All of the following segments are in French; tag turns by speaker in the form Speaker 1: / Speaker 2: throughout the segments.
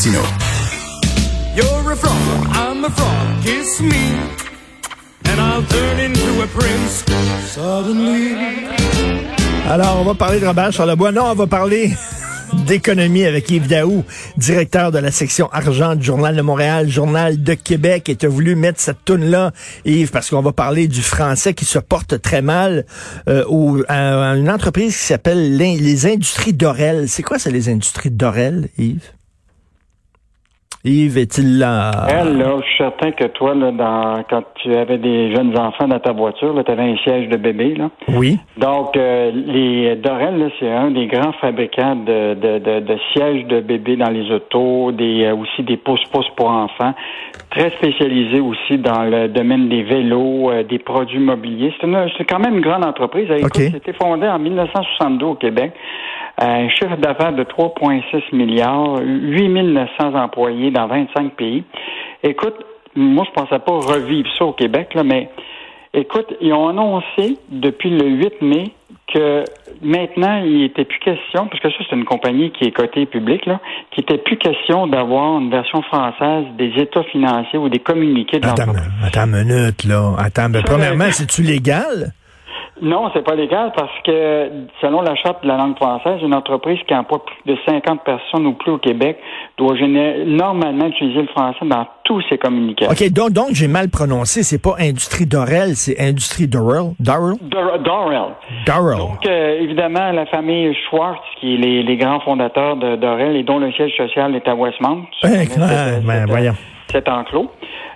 Speaker 1: Martineau.
Speaker 2: You're a frog, I'm a frog, kiss me, and I'll turn into a prince suddenly.
Speaker 3: Alors, on va parler de Robert Charlebois. Non, on va parler d'économie avec Yves Daou, directeur de la section argent du Journal de Montréal, Journal de Québec. Et tu as voulu mettre cette toune-là, Yves, parce qu'on va parler du français qui se porte très mal à une entreprise qui s'appelle les Industries Dorel. C'est quoi ça, les Industries Dorel, Yves? Yves, est-il là?
Speaker 4: Elle, là, je suis certain que toi, là, quand tu avais des jeunes enfants dans ta voiture, tu avais un siège de bébé, là.
Speaker 3: Oui.
Speaker 4: Donc, les Dorel, là, c'est un des grands fabricants de sièges de bébé dans les autos, aussi des pousse-pousse pour enfants, très spécialisé aussi dans le domaine des vélos, des produits mobiliers. C'est quand même une grande entreprise. Écoute, c'était fondé en 1962 au Québec. Un chiffre d'affaires de 3,6 milliards, 8 900 employés dans 25 pays. Écoute, moi, je pensais pas revivre ça au Québec, là, mais écoute, ils ont annoncé depuis le 8 mai que maintenant, il n'était plus question, parce que ça, c'est une compagnie qui est cotée publique, là, qu'il n'était plus question d'avoir une version française des états financiers ou des communiqués de l'entreprise.
Speaker 3: Attends une minute, là. Premièrement, c'est-tu légal?
Speaker 4: Non, c'est pas légal parce que, selon la charte de la langue française, une entreprise qui emploie plus de 50 personnes ou plus au Québec doit normalement utiliser le français dans tous ses communications.
Speaker 3: OK, donc j'ai mal prononcé. C'est pas Industrie Dorel, c'est Industrie Dorel.
Speaker 4: Dorel.
Speaker 3: Donc,
Speaker 4: évidemment, la famille Schwartz, qui est les grands fondateurs de Dorel et dont le siège social est à Westmount.
Speaker 3: Voyons.
Speaker 4: C'est enclos.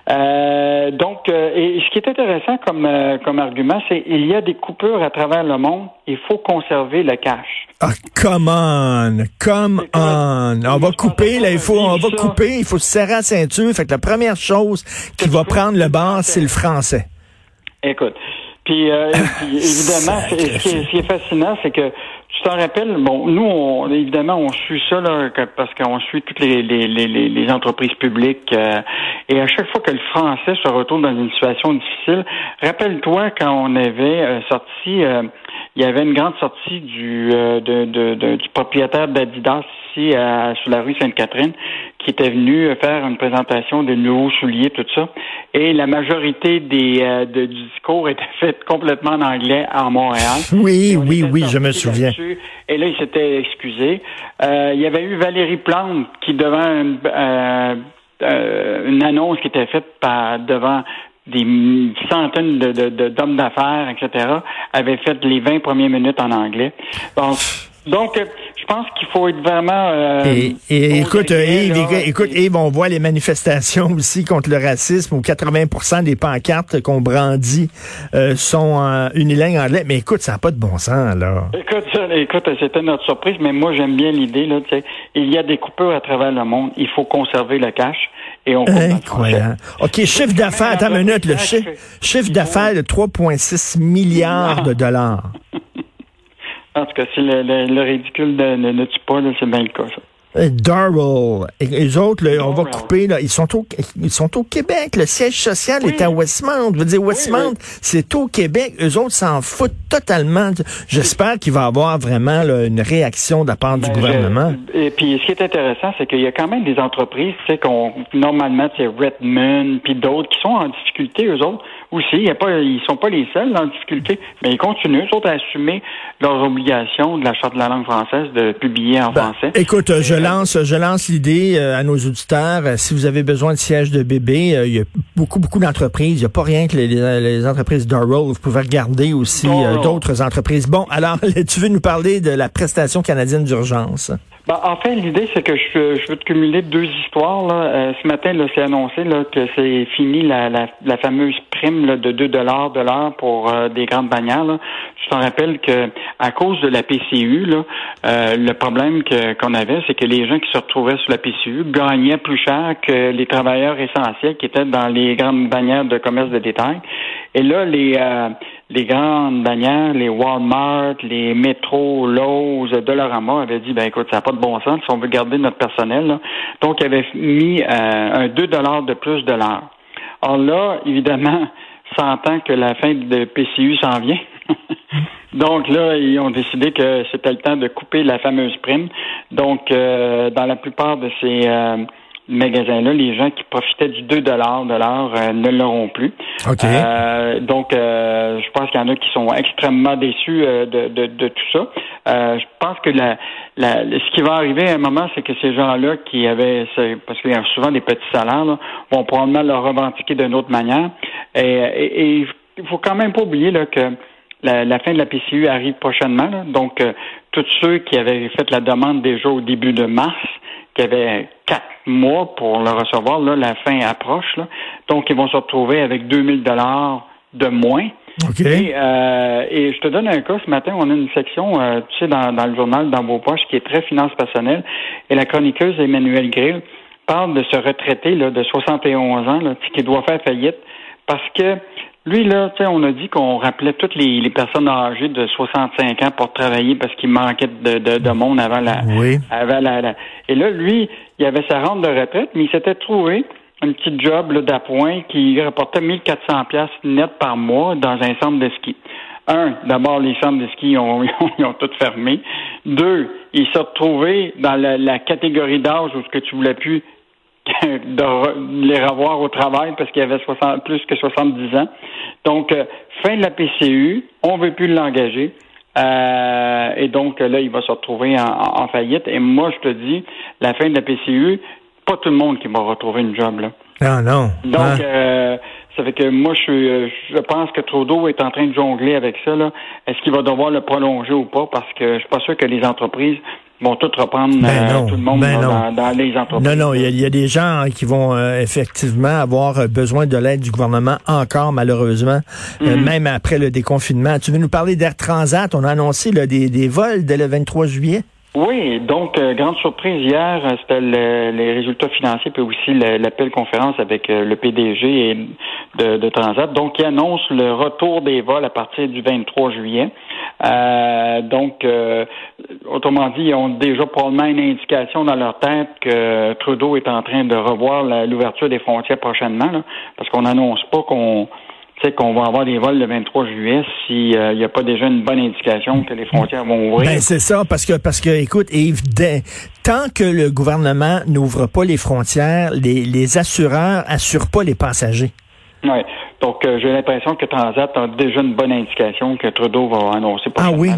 Speaker 4: Donc, et ce qui est intéressant comme argument, c'est il y a des coupures à travers le monde. Il faut conserver le cash.
Speaker 3: Ah, come on. On va couper, là, il faut se serrer la ceinture. Fait que la première chose qui va prendre le bord, c'est le français.
Speaker 4: Écoute. Puis évidemment, ce qui est fascinant, c'est que tu t'en rappelles, bon, nous, évidemment, on suit ça, là, parce qu'on suit toutes les entreprises publiques, et à chaque fois que le français se retrouve dans une situation difficile, rappelle-toi quand on avait sorti, il y avait une grande sortie du propriétaire d'Adidas ici, sur la rue Sainte-Catherine, qui était venu faire une présentation de nouveaux souliers, tout ça. Et la majorité du discours était fait complètement en anglais à Montréal.
Speaker 3: Oui, je me souviens.
Speaker 4: Et là, il s'était excusé. Il y avait eu Valérie Plante qui, devant une annonce qui était faite devant des centaines d'hommes d'affaires, etc., avait fait les 20 premières minutes en anglais. Donc, je pense qu'il faut être vraiment...
Speaker 3: écoute, Yves, on voit les manifestations aussi contre le racisme où 80% des pancartes qu'on brandit sont unilingues anglais. Mais écoute, ça n'a pas de bon sens, là.
Speaker 4: Écoute, c'était notre surprise, mais moi, j'aime bien l'idée, là, tu sais. Il y a des coupures à travers le monde. Il faut conserver le cash. Et on
Speaker 3: incroyable. OK, chiffre d'affaires, attends une minute, le chiffre d'affaires de 3,6 milliards de dollars.
Speaker 4: En tout cas, si le ridicule ne tue pas, là, c'est bien le cas, ça.
Speaker 3: Darrell. Et les autres, là, on va couper, là, ils sont au Québec. Le siège social est à Westmount. Je veux dire, Westmount, c'est au Québec. Eux autres s'en foutent totalement. J'espère qu'il va y avoir vraiment là, une réaction de la part du gouvernement.
Speaker 4: Et puis, ce qui est intéressant, c'est qu'il y a quand même des entreprises, tu sais, normalement, c'est Redmond, puis d'autres qui sont en difficulté, eux autres. Aussi, ils sont pas les seuls en difficulté, mais ils continuent, eux autres, à assumer leurs obligations de la Charte de la langue française de publier en français.
Speaker 3: Écoute, je lance l'idée à nos auditeurs. Si vous avez besoin de sièges de bébé, il y a beaucoup d'entreprises. Il n'y a pas rien que les entreprises Dorel. Vous pouvez regarder aussi d'autres entreprises. Bon, alors, tu veux nous parler de la prestation canadienne d'urgence?
Speaker 4: Enfin, l'idée, c'est que je veux te cumuler deux histoires. Là. Ce matin, là, c'est annoncé là, que c'est fini la fameuse prime là, de 2 $ de l'heure pour des grandes bannières. Là. Je t'en rappelle que à cause de la PCU, là, le problème qu'on avait, c'est que les gens qui se retrouvaient sur la PCU gagnaient plus cher que les travailleurs essentiels qui étaient dans les grandes bannières de commerce de détail. Et là, les grandes bannières, les Walmart, les Metro, Lowe's, Dollarama avaient dit, écoute, ça n'a pas de bon sens si on veut garder notre personnel. Là. Donc, ils avaient mis un 2 $ de plus de l'heure. Alors là, évidemment, s'entend que la fin de PCU s'en vient. Donc là, ils ont décidé que c'était le temps de couper la fameuse prime. Donc, dans la plupart de ces magasins-là, les gens qui profitaient du 2 de l'heure ne l'auront plus.
Speaker 3: Okay.
Speaker 4: Donc, je pense qu'il y en a qui sont extrêmement déçus de tout ça. Je pense que ce qui va arriver à un moment, c'est que ces gens-là qui avaient, parce qu'il y a souvent des petits salaires, là, vont probablement le revendiquer d'une autre manière. Et il faut quand même pas oublier là, que la fin de la PCU arrive prochainement. Là. Donc, tous ceux qui avaient fait la demande déjà au début de mars, qui avaient 4 mois pour le recevoir, là, la fin approche. Là. Donc, ils vont se retrouver avec 2000 $ de moins.
Speaker 3: Okay.
Speaker 4: Et je te donne un cas. Ce matin, on a une section, tu sais, dans le journal Dans vos poches, qui est très finance personnelle. Et la chroniqueuse Emmanuelle Grill parle de ce retraité là, de 71 ans là, qui doit faire faillite parce que lui, là, tu sais, on a dit qu'on rappelait toutes les personnes âgées de 65 ans pour travailler parce qu'il manquait de monde avant la...
Speaker 3: Oui.
Speaker 4: Et là, lui, il avait sa rente de retraite, mais il s'était trouvé un petit job là, d'appoint qui rapportait 1400 $ net par mois dans un centre de ski. D'abord, les centres de ski ils ont tous fermé. 2, il s'est retrouvé dans la catégorie d'âge où ce que tu voulais plus de les revoir au travail parce qu'il avait plus que 70 ans. Donc, fin de la PCU, on veut plus l'engager. Et donc, là, il va se retrouver en faillite. Et moi, je te dis, la fin de la PCU, pas tout le monde qui va retrouver une job, là.
Speaker 3: Ah non.
Speaker 4: Donc, ça fait que moi, je pense que Trudeau est en train de jongler avec ça, là. Est-ce qu'il va devoir le prolonger ou pas? Parce que je suis pas sûr que les entreprises vont tout reprendre tout le monde dans les entreprises.
Speaker 3: Non, il y a des gens qui vont effectivement avoir besoin de l'aide du gouvernement encore, malheureusement, même après le déconfinement. Tu veux nous parler d'Air Transat? On a annoncé là, des vols dès le 23 juillet.
Speaker 4: Oui, donc, grande surprise hier, c'était les résultats financiers, puis aussi l'appel conférence avec le PDG de Transat. Donc, il annonce le retour des vols à partir du 23 juillet. Donc, autrement dit, ils ont déjà probablement une indication dans leur tête que Trudeau est en train de revoir l'ouverture des frontières prochainement, là, parce qu'on n'annonce pas qu'on va avoir des vols le 23 juillet s'il n'y a pas déjà une bonne indication que les frontières vont ouvrir.
Speaker 3: Ben c'est ça, parce que écoute, Yves, tant que le gouvernement n'ouvre pas les frontières, les assureurs assurent pas les passagers.
Speaker 4: Oui. Donc, j'ai l'impression que Transat a déjà une bonne indication que Trudeau va annoncer.
Speaker 3: Ah oui?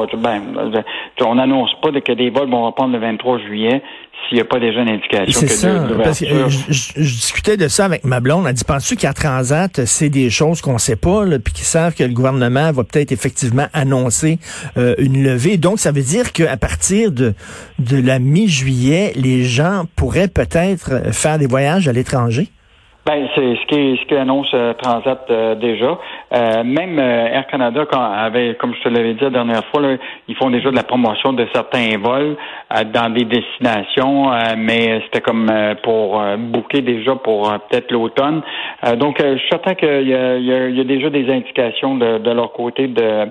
Speaker 4: On n'annonce pas que des vols vont reprendre le 23 juillet s'il n'y a pas déjà une indication.
Speaker 3: C'est ça, parce que je discutais de ça avec ma blonde. Elle dit, penses-tu qu'à Transat, c'est des choses qu'on sait pas, puis qu'ils savent que le gouvernement va peut-être effectivement annoncer une levée. Donc, ça veut dire qu'à partir de la mi-juillet, les gens pourraient peut-être faire des voyages à l'étranger?
Speaker 4: Ben, c'est ce qu'annonce Transat déjà. Même Air Canada, comme je te l'avais dit la dernière fois, là, ils font déjà de la promotion de certains vols dans des destinations, mais c'était comme pour booker déjà pour peut-être l'automne. Donc, je suis certain qu'il y a déjà des indications de leur côté de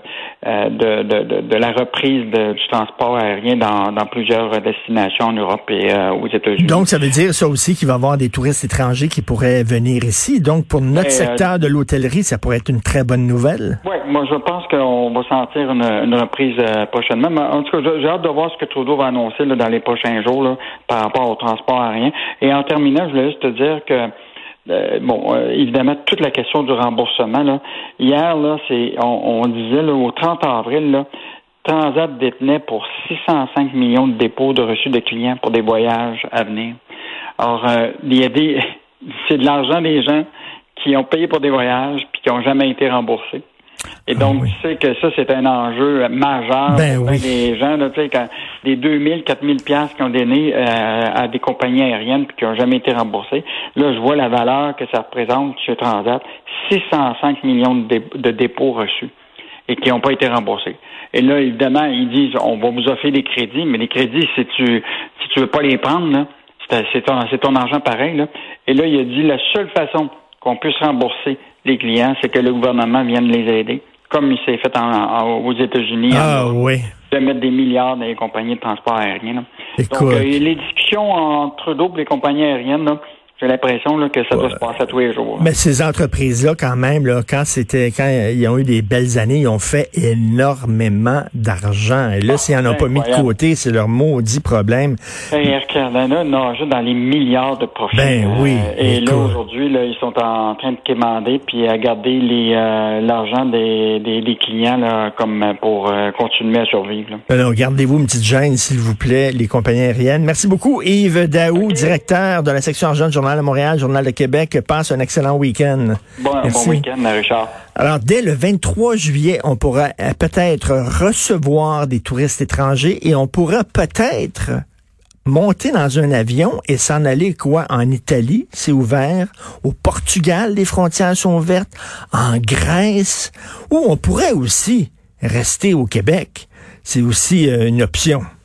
Speaker 4: la reprise du transport aérien dans plusieurs destinations en Europe et aux États-Unis.
Speaker 3: Donc, ça veut dire ça aussi qu'il va y avoir des touristes étrangers qui pourraient venir ici. Donc, pour notre secteur de l'hôtellerie, ça pourrait être une très bonne nouvelle.
Speaker 4: Oui, moi, je pense qu'on va sentir une reprise prochainement. Mais en tout cas, j'ai hâte de voir ce que Trudeau va annoncer là, dans les prochains jours là, par rapport au transport aérien. Et en terminant, je voulais juste te dire que évidemment, toute la question du remboursement, là, hier, là, on disait là, au 30 avril, là, Transat détenait pour 605 millions de dépôts de reçus de clients pour des voyages à venir. Alors, c'est de l'argent des gens qui ont payé pour des voyages puis qui n'ont jamais été remboursés. Et donc, tu sais que ça, c'est un enjeu majeur pour les gens, là, tu sais, quand des 2000, 4000 $, qui ont donné à des compagnies aériennes puis qui n'ont jamais été remboursés. Là, je vois la valeur que ça représente chez Transat, 605 millions de dépôts reçus et qui n'ont pas été remboursés. Et là, évidemment, ils disent, on va vous offrir des crédits, mais les crédits, si tu veux pas les prendre, là, c'est ton argent pareil, là. Et là, il a dit, la seule façon qu'on puisse rembourser les clients, c'est que le gouvernement vienne les aider, comme il s'est fait aux États-Unis. De mettre des milliards dans les compagnies de transport aérien, là. Donc, les discussions entre Trudeau et les compagnies aériennes, là, J'ai l'impression là, que ça doit se passer à tous les jours.
Speaker 3: Mais ces entreprises-là, quand même, là, quand ils ont eu des belles années, ils ont fait énormément d'argent. Et là, s'ils n'en ont pas mis de côté, c'est leur maudit problème.
Speaker 4: Air Canada nage dans les milliards de profits.
Speaker 3: Ben oui.
Speaker 4: Et là, aujourd'hui, là, ils sont en train de quémander puis à garder l'argent des clients là, comme pour continuer à survivre. Là.
Speaker 3: Alors, gardez-vous une petite gêne, s'il vous plaît, les compagnies aériennes. Merci beaucoup, Yves Daou, directeur de la section argent du Journal de Montréal, Journal de Québec. Passe un excellent week-end.
Speaker 4: Bon week-end, Richard.
Speaker 3: Alors, dès le 23 juillet, on pourra peut-être recevoir des touristes étrangers et on pourra peut-être monter dans un avion et s'en aller, en Italie, c'est ouvert. Au Portugal, les frontières sont ouvertes. En Grèce, ou on pourrait aussi rester au Québec. C'est aussi une option.